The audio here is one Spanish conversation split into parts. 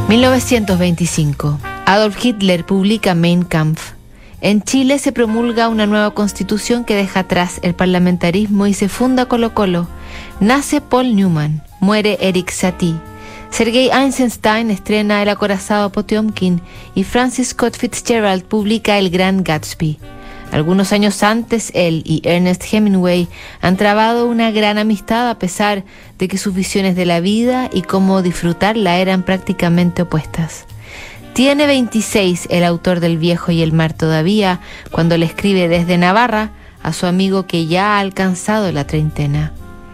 1925. Adolf Hitler publica Mein Kampf. En Chile se promulga una nueva constitución que deja atrás el parlamentarismo y se funda Colo-Colo. Nace Paul Newman, muere Erik Satie. Sergei Eisenstein estrena El acorazado Potiomkin y Francis Scott Fitzgerald publica El Gran Gatsby. Algunos años antes, él y Ernest Hemingway han trabado una gran amistad a pesar de que sus visiones de la vida y cómo disfrutarla eran prácticamente opuestas. Tiene 26 el autor del Viejo y el Mar todavía, cuando le escribe desde Navarra a su amigo que ya ha alcanzado la treintena.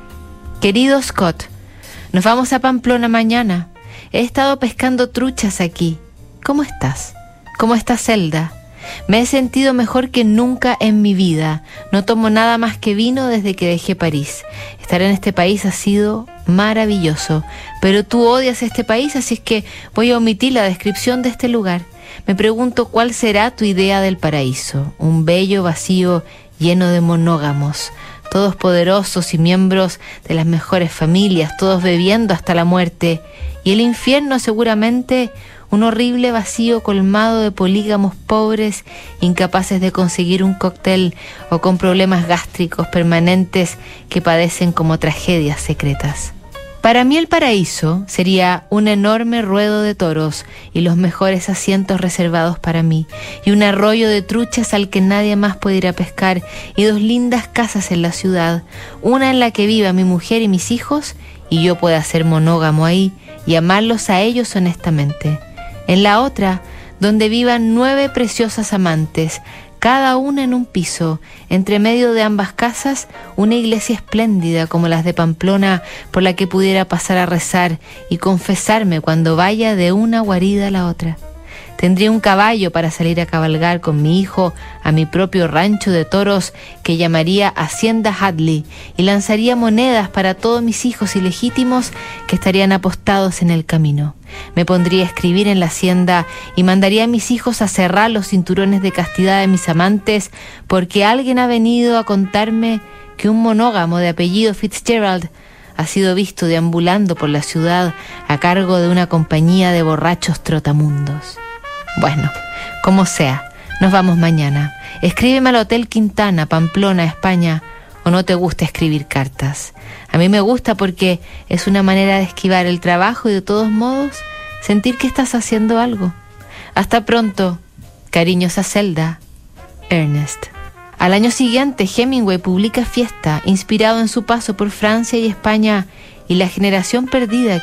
Querido Scott, nos vamos a Pamplona mañana. He estado pescando truchas aquí. ¿Cómo estás? ¿Cómo está Zelda? Me he sentido mejor que nunca en mi vida. No tomo nada más que vino desde que dejé París. Estar en este país ha sido maravilloso, pero tú odias este país, así es que voy a omitir la descripción de este lugar. Me pregunto cuál será tu idea del paraíso. Un bello vacío lleno de monógamos, todos poderosos y miembros de las mejores familias, todos bebiendo hasta la muerte. Y el infierno seguramente un horrible vacío colmado de polígamos pobres, incapaces de conseguir un cóctel o con problemas gástricos permanentes que padecen como tragedias secretas. Para mí el paraíso sería un enorme ruedo de toros y los mejores asientos reservados para mí, y un arroyo de truchas al que nadie más puede ir a pescar, y 2 lindas casas en la ciudad, una en la que viva mi mujer y mis hijos, y yo pueda ser monógamo ahí y amarlos a ellos honestamente. En la otra, donde vivan 9 preciosas amantes, cada una en un piso, entre medio de ambas casas, una iglesia espléndida como las de Pamplona, por la que pudiera pasar a rezar y confesarme cuando vaya de una guarida a la otra. Tendría un caballo para salir a cabalgar con mi hijo a mi propio rancho de toros que llamaría Hacienda Hadley, y lanzaría monedas para todos mis hijos ilegítimos que estarían apostados en el camino. Me pondría a escribir en la hacienda y mandaría a mis hijos a cerrar los cinturones de castidad de mis amantes, porque alguien ha venido a contarme que un monógamo de apellido Fitzgerald ha sido visto deambulando por la ciudad a cargo de una compañía de borrachos trotamundos. Bueno, como sea, nos vamos mañana. Escríbeme al Hotel Quintana, Pamplona, España, o no te gusta escribir cartas. A mí me gusta porque es una manera de esquivar el trabajo y de todos modos sentir que estás haciendo algo. Hasta pronto, cariñosa Zelda, Ernest. Al año siguiente, Hemingway publica Fiesta, inspirado en su paso por Francia y España y la generación perdida